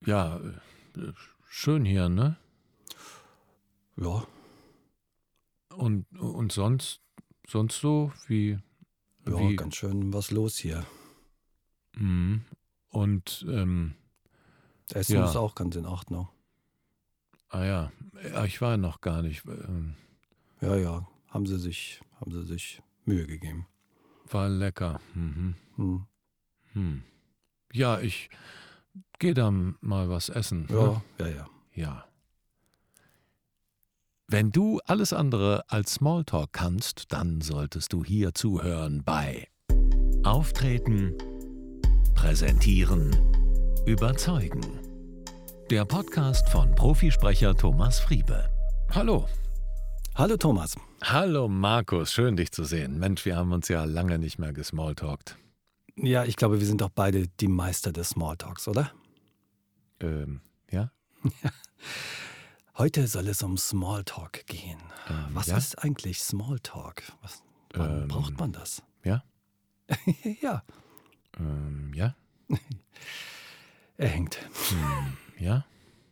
Ja, schön hier, ne? Ja, Und sonst so? ja, Wie, ganz schön was los hier. mhm. Und, Essen ist ja, auch ganz in Ordnung. ja. Ja, ich war noch gar nicht. Ja, ja, haben sie sich Mühe gegeben. War lecker. Mhm. Hm. Hm. Ja, ich gehe dann mal was essen, ne? Ja, ja, ja. Ja. Wenn du alles andere als Smalltalk kannst, dann solltest du hier zuhören bei Auftreten, Präsentieren, Überzeugen. Der Podcast von Profisprecher Thomas Friebe. Hallo. Hallo Thomas. Hallo Markus, schön dich zu sehen. Mensch, wir haben uns ja lange nicht mehr gesmalltalkt. Ja, ich glaube, wir sind doch beide die Meister des Smalltalks, oder? Ja? Heute soll es um Smalltalk gehen. Was ja? ist eigentlich Smalltalk? Wann braucht man das? Ja? Ja, Ja? er hängt. Ja?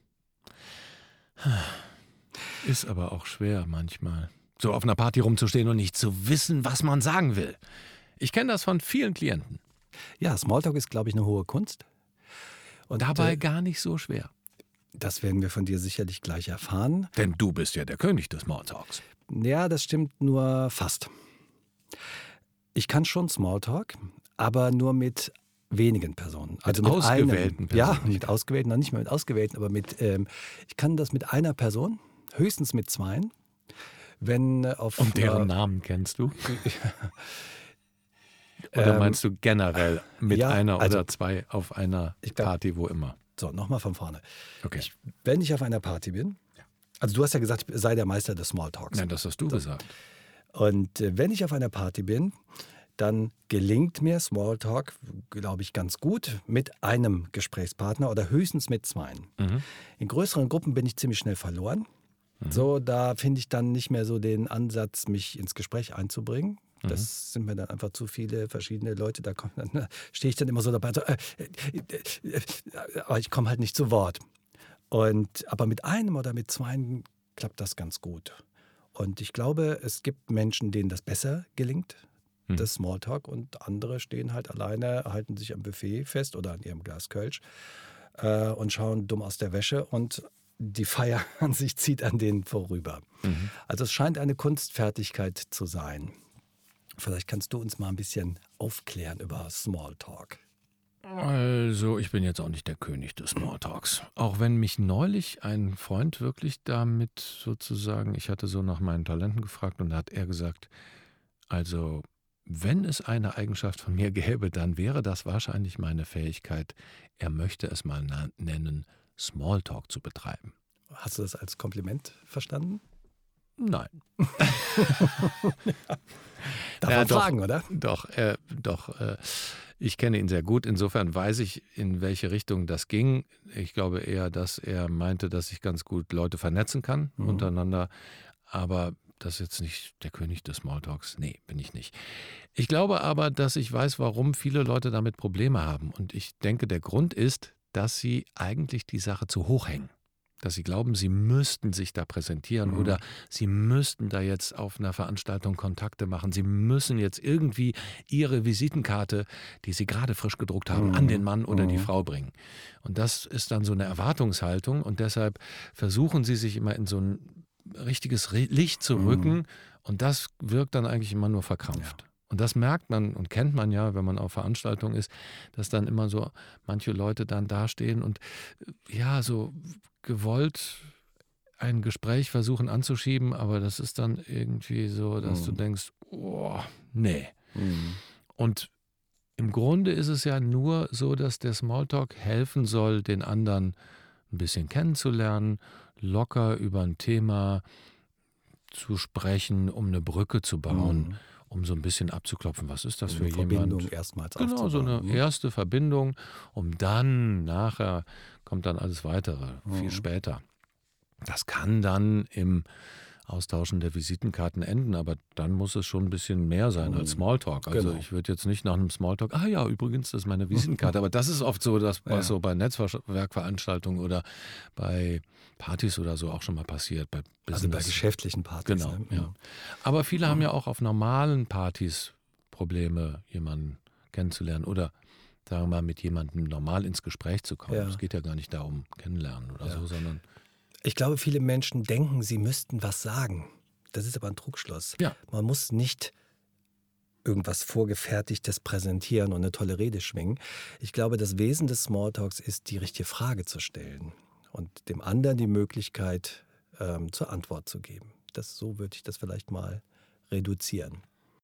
Ist aber auch schwer manchmal, so auf einer Party rumzustehen und nicht zu wissen, was man sagen will. Ich kenne das von vielen Klienten. Ja, Smalltalk ist, glaube ich, eine hohe Kunst. Und Dabei gar nicht so schwer. das werden wir von dir sicherlich gleich erfahren. Denn du bist ja der König des Smalltalks. Ja, das stimmt nur fast. Ich kann schon Smalltalk, aber nur mit wenigen Personen. Also mit ausgewählten einem. Ja, Personen. mit ausgewählten, noch nicht mal mit ausgewählten, aber ich kann das mit einer Person, höchstens mit zweien. Wenn auf Und deren einer, Namen kennst du? Oder meinst du generell mit ja, einer also oder zwei auf einer ich glaub- Party, wo immer? so, nochmal von vorne. Okay. Wenn ich auf einer Party bin, also du hast ja gesagt, ich sei der Meister des Smalltalks. Nein, das hast du gesagt. Und wenn ich auf einer Party bin, dann gelingt mir Smalltalk, glaube ich, ganz gut mit einem Gesprächspartner oder höchstens mit zweien. Mhm. In größeren Gruppen bin ich ziemlich schnell verloren. So, da finde ich dann nicht mehr so den Ansatz, mich ins Gespräch einzubringen. Das sind mir dann einfach zu viele verschiedene Leute. Da stehe ich dann immer so dabei, so, aber ich komme halt nicht zu Wort. Aber mit einem oder mit zweien klappt das ganz gut. Und ich glaube, es gibt Menschen, denen das besser gelingt, das Smalltalk, und andere stehen halt alleine, halten sich am Buffet fest oder an ihrem Glas Kölsch und schauen dumm aus der Wäsche, und die Feier an sich zieht an denen vorüber. Also es scheint eine Kunstfertigkeit zu sein. Vielleicht kannst du uns mal ein bisschen aufklären über Smalltalk. Also, ich bin jetzt auch nicht der König des Smalltalks. Auch wenn mich neulich ein Freund wirklich damit sozusagen, ich hatte so nach meinen Talenten gefragt und da hat er gesagt, also, wenn es eine Eigenschaft von mir gäbe, dann wäre das wahrscheinlich meine Fähigkeit, er möchte es mal nennen, Smalltalk zu betreiben. Hast du das als Kompliment verstanden? Nein. Darf Ja, man doch. fragen, oder? Doch. Ich kenne ihn sehr gut. Insofern weiß ich, in welche Richtung das ging. Ich glaube eher, dass er meinte, dass ich ganz gut Leute vernetzen kann untereinander. Aber das ist jetzt nicht der König des Smalltalks. Nee, bin ich nicht. Ich glaube aber, dass ich weiß, warum viele Leute damit Probleme haben. Und ich denke, der Grund ist, dass sie eigentlich die Sache zu hoch hängen. Dass sie glauben, sie müssten sich da präsentieren oder sie müssten da jetzt auf einer Veranstaltung Kontakte machen. Sie müssen jetzt irgendwie ihre Visitenkarte, die sie gerade frisch gedruckt haben, an den Mann oder die Frau bringen. Und das ist dann so eine Erwartungshaltung, und deshalb versuchen sie sich immer in so ein richtiges Licht zu rücken, und das wirkt dann eigentlich immer nur verkrampft. Und das merkt man und kennt man ja, wenn man auf Veranstaltungen ist, dass dann immer so manche Leute dann dastehen und ja, so gewollt ein Gespräch versuchen anzuschieben, aber das ist dann irgendwie so, dass du denkst, oh, nee. Und im Grunde ist es ja nur so, dass der Smalltalk helfen soll, den anderen ein bisschen kennenzulernen, locker über ein Thema zu sprechen, um eine Brücke zu bauen, um so ein bisschen abzuklopfen, was ist das für Eine Verbindung jemand? erstmals Genau, so aufzubauen. eine erste Verbindung, um dann nachher kommt dann alles Weitere, viel später. Das kann dann im Austauschen der Visitenkarten enden, aber dann muss es schon ein bisschen mehr sein als Smalltalk. Also Genau. ich würde jetzt nicht nach einem Smalltalk, ja, übrigens, das ist meine Visitenkarte, aber das ist oft so, dass was so bei Netzwerkveranstaltungen oder bei Partys oder so auch schon mal passiert. Bei Also bei Business. geschäftlichen Partys. Genau, Ne? ja. Aber viele haben ja auch auf normalen Partys Probleme, jemanden kennenzulernen oder sagen wir mal, mit jemandem normal ins Gespräch zu kommen. Ja. Es geht ja gar nicht darum, kennenlernen oder so, sondern Ich glaube, viele Menschen denken, sie müssten was sagen. Das ist aber ein Trugschluss. Ja. Man muss nicht irgendwas Vorgefertigtes präsentieren und eine tolle Rede schwingen. Ich glaube, das Wesen des Smalltalks ist, die richtige Frage zu stellen und dem anderen die Möglichkeit zur Antwort zu geben. So würde ich das vielleicht mal reduzieren.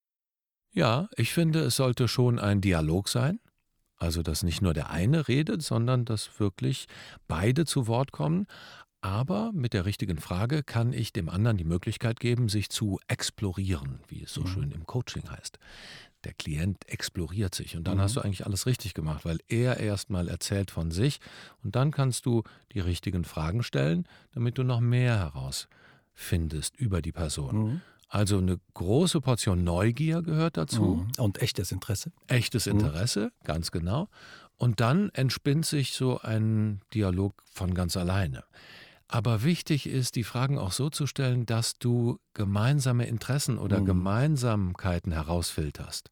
ja, ich finde, es sollte schon ein Dialog sein. Also, dass nicht nur der eine redet, sondern dass wirklich beide zu Wort kommen. Aber mit der richtigen Frage kann ich dem anderen die Möglichkeit geben, sich zu explorieren, wie es so schön im Coaching heißt. Der Klient exploriert sich und dann hast du eigentlich alles richtig gemacht, weil er erstmal erzählt von sich und dann kannst du die richtigen Fragen stellen, damit du noch mehr herausfindest über die Person. Also eine große Portion Neugier gehört dazu. Und echtes Interesse. Echtes Interesse, ganz genau. Und dann entspinnt sich so ein Dialog von ganz alleine. Aber wichtig ist, die Fragen auch so zu stellen, dass du gemeinsame Interessen oder Gemeinsamkeiten herausfilterst.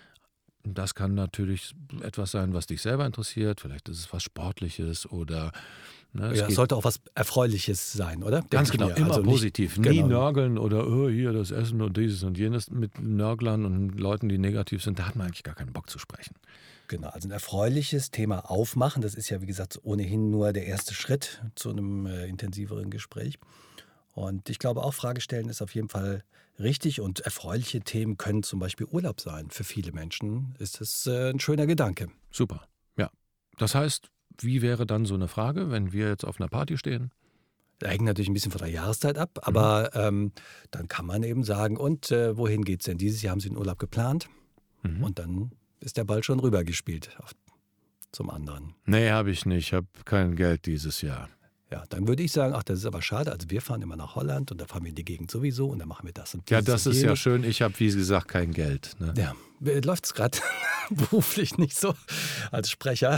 Das kann natürlich etwas sein, was dich selber interessiert. Vielleicht ist es was Sportliches oder Es sollte auch was Erfreuliches sein, oder? ganz Denke ich genau, mir. immer Also nicht- positiv. Nie genau. nörgeln oder hier das Essen und dieses und jenes. Mit Nörglern und Leuten, die negativ sind, da hat man eigentlich gar keinen Bock zu sprechen. Genau, also ein erfreuliches Thema aufmachen, das ist ja wie gesagt ohnehin nur der erste Schritt zu einem intensiveren Gespräch. Und ich glaube auch, Frage stellen ist auf jeden Fall richtig und erfreuliche Themen können zum Beispiel Urlaub sein. Für viele Menschen ist das ein schöner Gedanke. Super, ja. Das heißt, wie wäre dann so eine Frage, wenn wir jetzt auf einer Party stehen? Das hängt natürlich ein bisschen von der Jahreszeit ab, aber dann kann man eben sagen, und wohin geht's denn? Dieses Jahr haben Sie den Urlaub geplant und dann ist der Ball schon rübergespielt zum anderen. Nee, habe ich nicht. Ich habe kein Geld dieses Jahr. Ja, dann würde ich sagen, ach, das ist aber schade. Also wir fahren immer nach Holland und da fahren wir in die Gegend sowieso und dann machen wir das und Ja, dieses das und ist ja jenes. schön. Ich habe, wie gesagt, kein Geld. Ne? Ja, läuft es gerade beruflich nicht so als Sprecher?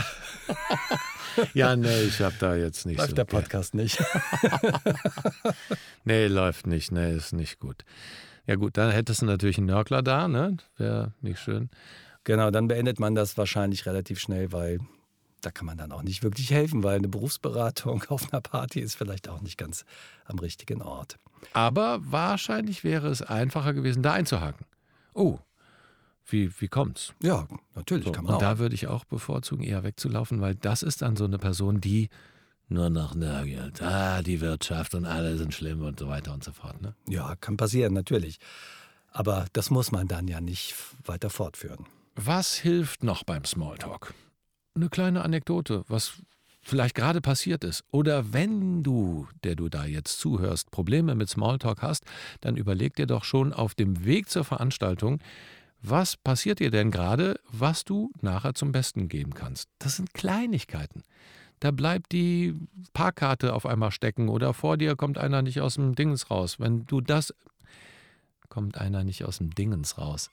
Ja, nee, ich habe da jetzt nicht Läuft so der Geld. Podcast nicht. Nee, läuft nicht. Nee, ist nicht gut. Ja gut, dann hättest du natürlich einen Nörgler da, ne? Wäre nicht schön. Genau, dann beendet man das wahrscheinlich relativ schnell, weil da kann man dann auch nicht wirklich helfen, weil eine Berufsberatung auf einer Party ist vielleicht auch nicht ganz am richtigen Ort. Aber wahrscheinlich wäre es einfacher gewesen, da einzuhaken. Oh, wie kommt's? Ja, natürlich So, kann man und auch. da würde ich auch bevorzugen, eher wegzulaufen, weil das ist dann so eine Person, die nur noch nörgelt. Die Wirtschaft und alle sind schlimm und so weiter und so fort. Ne? Ja, kann passieren, natürlich. Aber das muss man dann ja nicht weiter fortführen. Was hilft noch beim Smalltalk? Eine kleine Anekdote, was vielleicht gerade passiert ist. Oder wenn du, der du da jetzt zuhörst, Probleme mit Smalltalk hast, dann überleg dir doch schon auf dem Weg zur Veranstaltung, was passiert dir denn gerade, was du nachher zum Besten geben kannst. Das sind Kleinigkeiten. Da bleibt die Parkkarte auf einmal stecken oder vor dir kommt einer nicht aus dem Dingens raus. Wenn du das... Kommt einer nicht aus dem Dingens raus.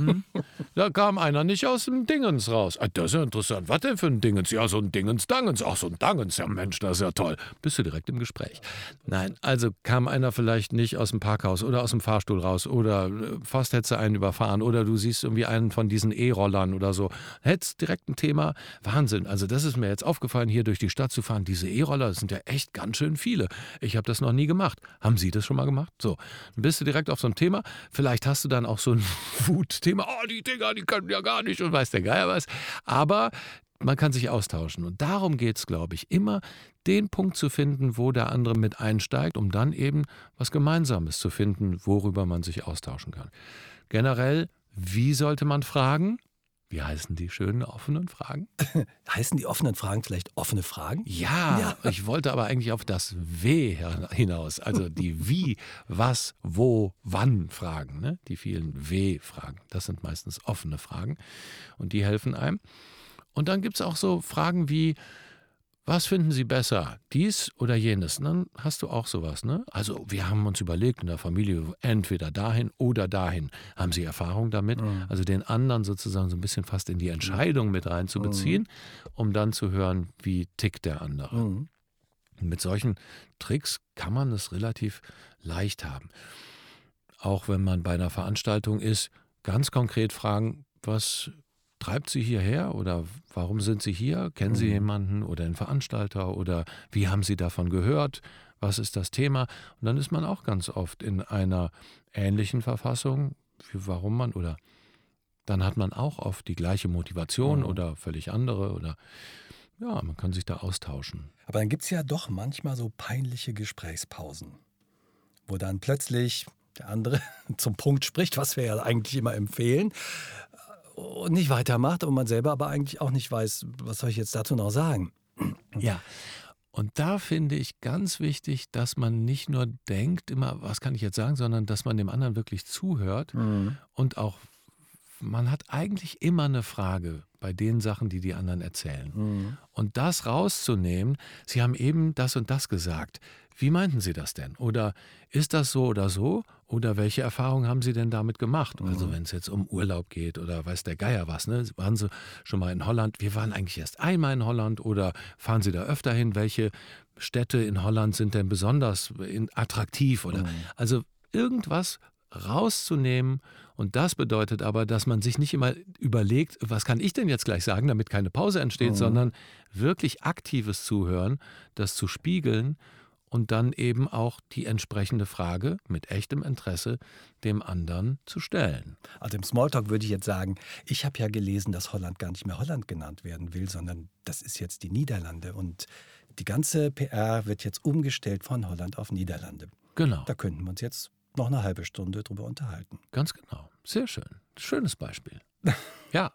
Da kam einer nicht aus dem Dingens raus. Das ist ja interessant. Was denn für ein Dingens? Ja, so ein Dingens-Dangens. Ach, so ein Dangens. Ja, Mensch, das ist ja toll. Bist du direkt im Gespräch. Nein, also kam einer vielleicht nicht aus dem Parkhaus oder aus dem Fahrstuhl raus oder fast hättest du einen überfahren oder du siehst irgendwie einen von diesen E-Rollern oder so. Hättest direkt ein Thema. Wahnsinn. Also das ist mir jetzt aufgefallen, hier durch die Stadt zu fahren. Diese E-Roller, das sind ja echt ganz schön viele. Ich habe das noch nie gemacht. Haben Sie das schon mal gemacht? So, dann bist du direkt auf so ein Thema. Vielleicht hast du dann auch so ein Wutthema. Die Dinger, die können ja gar nicht und weiß der Geier was. Aber man kann sich austauschen. Und darum geht es, glaube ich, immer den Punkt zu finden, wo der andere mit einsteigt, um dann eben was Gemeinsames zu finden, worüber man sich austauschen kann. Generell, wie sollte man fragen? Wie heißen die schönen offenen Fragen? Heißen die offenen Fragen vielleicht offene Fragen? Ja, ich wollte aber eigentlich auf das W hinaus. Also die Wie, was, wo, wann Fragen. Ne? Die vielen W-Fragen. Das sind meistens offene Fragen und die helfen einem. Und dann gibt es auch so Fragen wie, was finden Sie besser, dies oder jenes? Und dann hast du auch sowas, ne? Also wir haben uns überlegt in der Familie, entweder dahin oder dahin. Haben Sie Erfahrung damit? Also den anderen sozusagen so ein bisschen fast in die Entscheidung mit reinzubeziehen, um dann zu hören, wie tickt der andere. Und mit solchen Tricks kann man es relativ leicht haben. Auch wenn man bei einer Veranstaltung ist, ganz konkret fragen, was treibt Sie hierher oder warum sind Sie hier? Kennen Sie jemanden oder einen Veranstalter oder wie haben Sie davon gehört? Was ist das Thema? Und dann ist man auch ganz oft in einer ähnlichen Verfassung, wie warum man oder dann hat man auch oft die gleiche Motivation oder völlig andere oder ja, man kann sich da austauschen. Aber dann gibt es ja doch manchmal so peinliche Gesprächspausen, wo dann plötzlich der andere zum Punkt spricht, was wir ja eigentlich immer empfehlen, und nicht weitermacht und man selber aber eigentlich auch nicht weiß, was soll ich jetzt dazu noch sagen. Ja, und da finde ich ganz wichtig, dass man nicht nur denkt immer, was kann ich jetzt sagen, sondern dass man dem anderen wirklich zuhört und auch, man hat eigentlich immer eine Frage bei den Sachen, die die anderen erzählen. Und das rauszunehmen, Sie haben eben das und das gesagt. Wie meinten Sie das denn? Oder ist das so oder so? Oder welche Erfahrungen haben Sie denn damit gemacht? Also wenn es jetzt um Urlaub geht oder weiß der Geier was, ne? Waren Sie schon mal in Holland? Wir waren eigentlich erst einmal in Holland oder fahren Sie da öfter hin? Welche Städte in Holland sind denn besonders attraktiv? Oder also irgendwas rauszunehmen. Und das bedeutet aber, dass man sich nicht immer überlegt, was kann ich denn jetzt gleich sagen, damit keine Pause entsteht, sondern wirklich aktives Zuhören, das zu spiegeln und dann eben auch die entsprechende Frage mit echtem Interesse dem anderen zu stellen. Also im Smalltalk würde ich jetzt sagen, ich habe ja gelesen, dass Holland gar nicht mehr Holland genannt werden will, sondern das ist jetzt die Niederlande. Und die ganze PR wird jetzt umgestellt von Holland auf Niederlande. Genau. Da könnten wir uns jetzt noch eine halbe Stunde drüber unterhalten. Ganz genau. Sehr schön. Schönes Beispiel. Ja.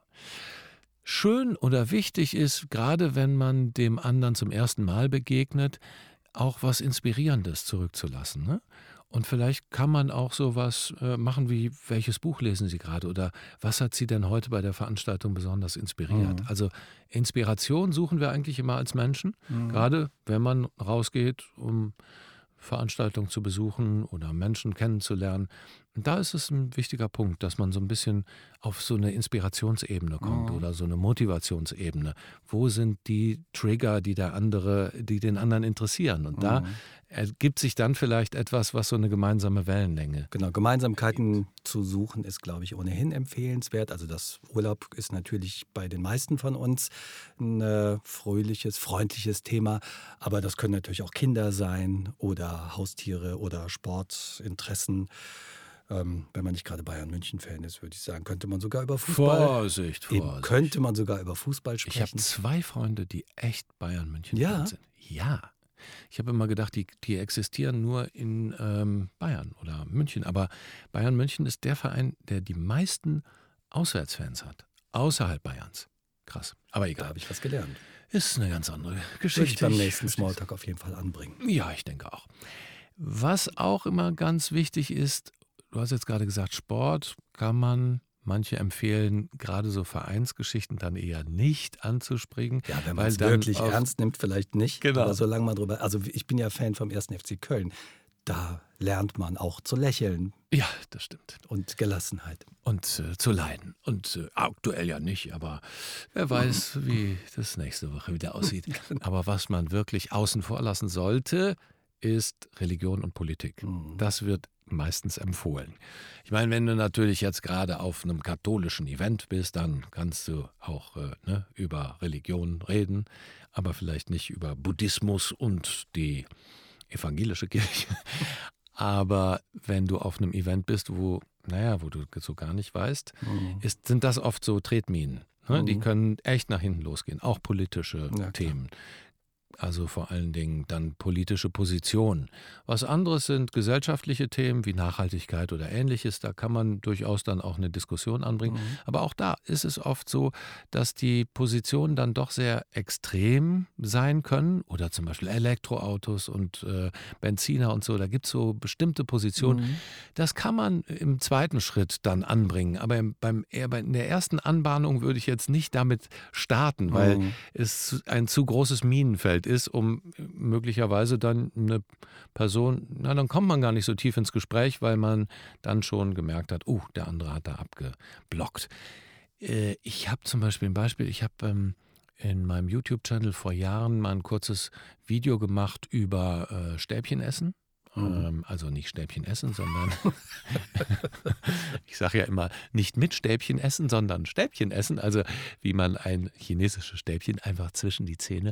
Schön oder wichtig ist, gerade wenn man dem anderen zum ersten Mal begegnet, auch was Inspirierendes zurückzulassen. Ne? Und vielleicht kann man auch sowas machen wie, welches Buch lesen Sie gerade oder was hat Sie denn heute bei der Veranstaltung besonders inspiriert? Also Inspiration suchen wir eigentlich immer als Menschen, gerade wenn man rausgeht, um Veranstaltungen zu besuchen oder Menschen kennenzulernen. Und da ist es ein wichtiger Punkt, dass man so ein bisschen auf so eine Inspirationsebene kommt oder so eine Motivationsebene. Wo sind die Trigger, die den anderen interessieren? Und da ergibt sich dann vielleicht etwas, was so eine gemeinsame Wellenlänge. Genau, Gemeinsamkeiten zu suchen ist, glaube ich, ohnehin empfehlenswert. Also das Urlaub ist natürlich bei den meisten von uns ein fröhliches, freundliches Thema. Aber das können natürlich auch Kinder sein oder Haustiere oder Sportinteressen. Wenn man nicht gerade Bayern-München-Fan ist, würde ich sagen, könnte man sogar über Fußball... Vorsicht. Könnte man sogar über Fußball sprechen. Ich habe 2 Freunde, die echt Bayern-München-Fan sind. Ja. Ich habe immer gedacht, die existieren nur in Bayern oder München. Aber Bayern-München ist der Verein, der die meisten Auswärtsfans hat. Außerhalb Bayerns. Krass. Aber egal. Da habe ich was gelernt. Ist eine ganz andere Geschichte. Würde ich beim nächsten Smalltalk auf jeden Fall anbringen. Ja, ich denke auch. Was auch immer ganz wichtig ist, du hast jetzt gerade gesagt, Sport kann man, manche empfehlen, gerade so Vereinsgeschichten dann eher nicht anzuspringen. Ja, wenn man es wirklich ernst nimmt, vielleicht nicht. Genau. Aber solange man drüber... Also ich bin ja Fan vom 1. FC Köln. Da lernt man auch zu lächeln. Ja, das stimmt. Und Gelassenheit. Und zu leiden. Und aktuell ja nicht, aber wer weiß, wie das nächste Woche wieder aussieht. Aber was man wirklich außen vor lassen sollte, ist Religion und Politik. Das wird meistens empfohlen. Ich meine, wenn du natürlich jetzt gerade auf einem katholischen Event bist, dann kannst du auch über Religion reden, aber vielleicht nicht über Buddhismus und die evangelische Kirche. Aber wenn du auf einem Event bist, wo du so gar nicht weißt, sind das oft so Tretminen. Ne? Die können echt nach hinten losgehen, auch politische Themen. Also vor allen Dingen dann politische Positionen. Was anderes sind gesellschaftliche Themen wie Nachhaltigkeit oder Ähnliches. Da kann man durchaus dann auch eine Diskussion anbringen. Aber auch da ist es oft so, dass die Positionen dann doch sehr extrem sein können. Oder zum Beispiel Elektroautos und Benziner und so. Da gibt es so bestimmte Positionen. Das kann man im zweiten Schritt dann anbringen. Aber in der ersten Anbahnung würde ich jetzt nicht damit starten, weil es ein zu großes Minenfeld geeignet ist, um möglicherweise dann eine Person, dann kommt man gar nicht so tief ins Gespräch, weil man dann schon gemerkt hat, der andere hat da abgeblockt. Ich habe zum Beispiel ein Beispiel, ich habe in meinem YouTube-Channel vor Jahren mal ein kurzes Video gemacht über Stäbchenessen. Also nicht Stäbchen essen, sondern ich sage ja immer, nicht mit Stäbchen essen, sondern Stäbchen essen. Also wie man ein chinesisches Stäbchen einfach zwischen die Zähne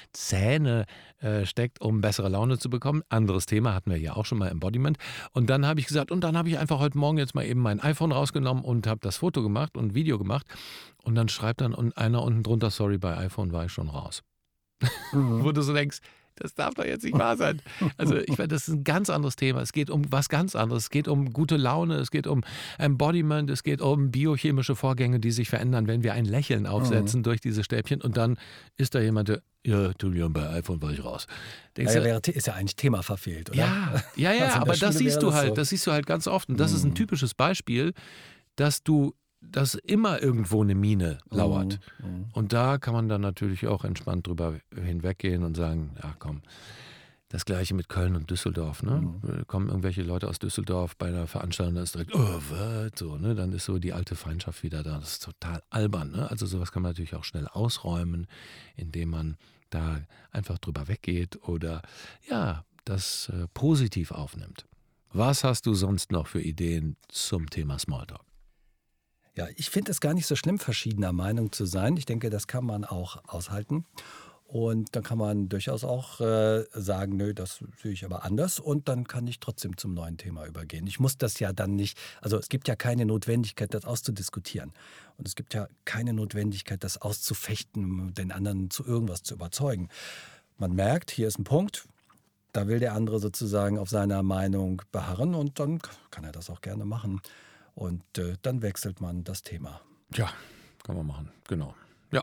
steckt, um bessere Laune zu bekommen. Anderes Thema hatten wir ja auch schon mal, Embodiment. Und dann habe ich gesagt, und dann habe ich einfach heute Morgen jetzt mal eben mein iPhone rausgenommen und habe das Foto gemacht und Video gemacht. Und dann schreibt dann einer unten drunter, sorry, bei iPhone war ich schon raus. Wo du so denkst, das darf doch jetzt nicht wahr sein. Also ich meine, das ist ein ganz anderes Thema. Es geht um was ganz anderes. Es geht um gute Laune, es geht um Embodiment, es geht um biochemische Vorgänge, die sich verändern, wenn wir ein Lächeln aufsetzen durch diese Stäbchen. Und dann ist da jemand, der, ja, Julian, bei iPhone war ich raus. Ist ja eigentlich Thema verfehlt, oder? Ja, Also aber das siehst du halt, so. das siehst du halt ganz oft. Und das ist ein typisches Beispiel, dass immer irgendwo eine Mine lauert. Und da kann man dann natürlich auch entspannt drüber hinweggehen und sagen, ja komm, das Gleiche mit Köln und Düsseldorf. Ne? Kommen irgendwelche Leute aus Düsseldorf bei einer Veranstaltung, da ist direkt, was? So, ne? Dann ist so die alte Feindschaft wieder da. Das ist total albern. Ne? Also sowas kann man natürlich auch schnell ausräumen, indem man da einfach drüber weggeht oder ja, das positiv aufnimmt. Was hast du sonst noch für Ideen zum Thema Smalltalk? Ja, ich finde es gar nicht so schlimm, verschiedener Meinung zu sein. Ich denke, das kann man auch aushalten. Und dann kann man durchaus auch sagen, nö, das sehe ich aber anders. Und dann kann ich trotzdem zum neuen Thema übergehen. Ich muss das ja dann nicht, also es gibt ja keine Notwendigkeit, das auszudiskutieren. Und es gibt ja keine Notwendigkeit, das auszufechten, den anderen zu irgendwas zu überzeugen. Man merkt, hier ist ein Punkt, da will der andere sozusagen auf seiner Meinung beharren und dann kann er das auch gerne machen. Und dann wechselt man das Thema. Ja, kann man machen, genau. Ja.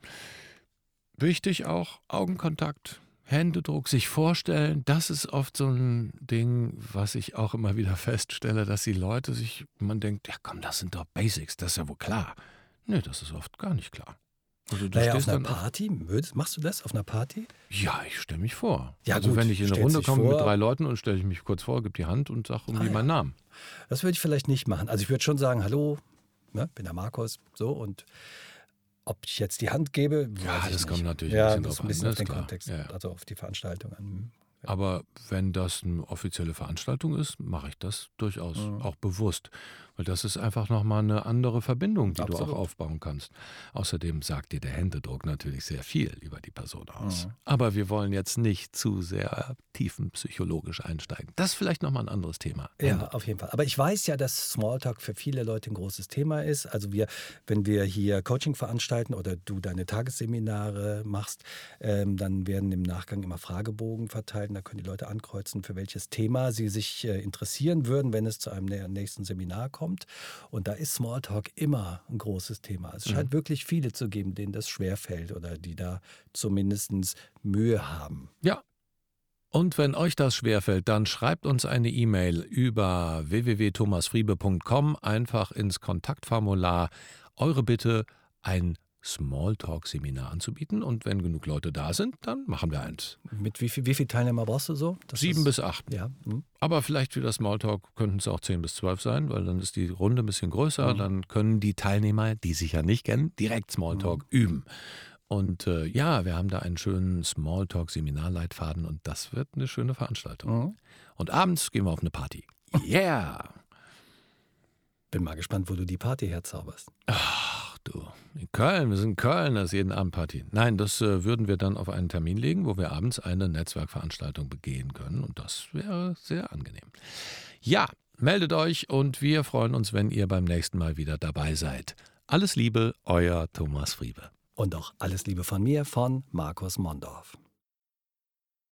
Wichtig auch, Augenkontakt, Händedruck, sich vorstellen. Das ist oft so ein Ding, was ich auch immer wieder feststelle, dass die Leute man denkt, ja komm, das sind doch Basics, das ist ja wohl klar. Nee, das ist oft gar nicht klar. Also auf einer Party, machst du das auf einer Party? Ja, ich stelle mich vor. Ja, also gut, wenn ich in eine Runde komme mit 3 Leuten und stelle ich mich kurz vor, gebe die Hand und sage irgendwie meinen Namen. Das würde ich vielleicht nicht machen. Also ich würde schon sagen, hallo, ne, bin der Markus, so, und ob ich jetzt die Hand gebe, weiß ich das nicht. kommt natürlich ein bisschen das drauf ein bisschen an. auf den Klar. Kontext, Ja. also auf die Veranstaltung an. Aber wenn das eine offizielle Veranstaltung ist, mache ich das durchaus auch bewusst. Weil das ist einfach nochmal eine andere Verbindung, die Absolut. du auch aufbauen kannst. Außerdem sagt dir der Händedruck natürlich sehr viel über die Person aus. Aber wir wollen jetzt nicht zu sehr tiefenpsychologisch einsteigen. Das ist vielleicht nochmal ein anderes Thema. Ja, auf jeden Fall. Aber ich weiß ja, dass Smalltalk für viele Leute ein großes Thema ist. Also wenn wir hier Coaching veranstalten oder du deine Tagesseminare machst, dann werden im Nachgang immer Fragebogen verteilt. Da können die Leute ankreuzen, für welches Thema sie sich interessieren würden, wenn es zu einem nächsten Seminar kommt. Und da ist Smalltalk immer ein großes Thema. Es scheint wirklich viele zu geben, denen das schwerfällt oder die da zumindest Mühe haben. Ja. Und wenn euch das schwerfällt, dann schreibt uns eine E-Mail über www.thomasfriebe.com, einfach ins Kontaktformular eure Bitte, ein Smalltalk-Seminar anzubieten. Und wenn genug Leute da sind, dann machen wir eins. Mit wie viel Teilnehmer brauchst du so? 7 bis 8. Ja. Aber vielleicht für das Smalltalk könnten es auch 10 bis 12 sein, weil dann ist die Runde ein bisschen größer. Dann können die Teilnehmer, die sich ja nicht kennen, direkt Smalltalk üben. Und ja, wir haben da einen schönen Smalltalk-Seminarleitfaden und das wird eine schöne Veranstaltung. Und abends gehen wir auf eine Party. Yeah! Bin mal gespannt, wo du die Party herzauberst. Ach du, in Köln, wir sind in Köln, das ist jeden Abend Party. Nein, das würden wir dann auf einen Termin legen, wo wir abends eine Netzwerkveranstaltung begehen können und das wäre sehr angenehm. Ja, meldet euch und wir freuen uns, wenn ihr beim nächsten Mal wieder dabei seid. Alles Liebe, euer Thomas Friebe. Und auch alles Liebe von mir, von Markus Mondorf.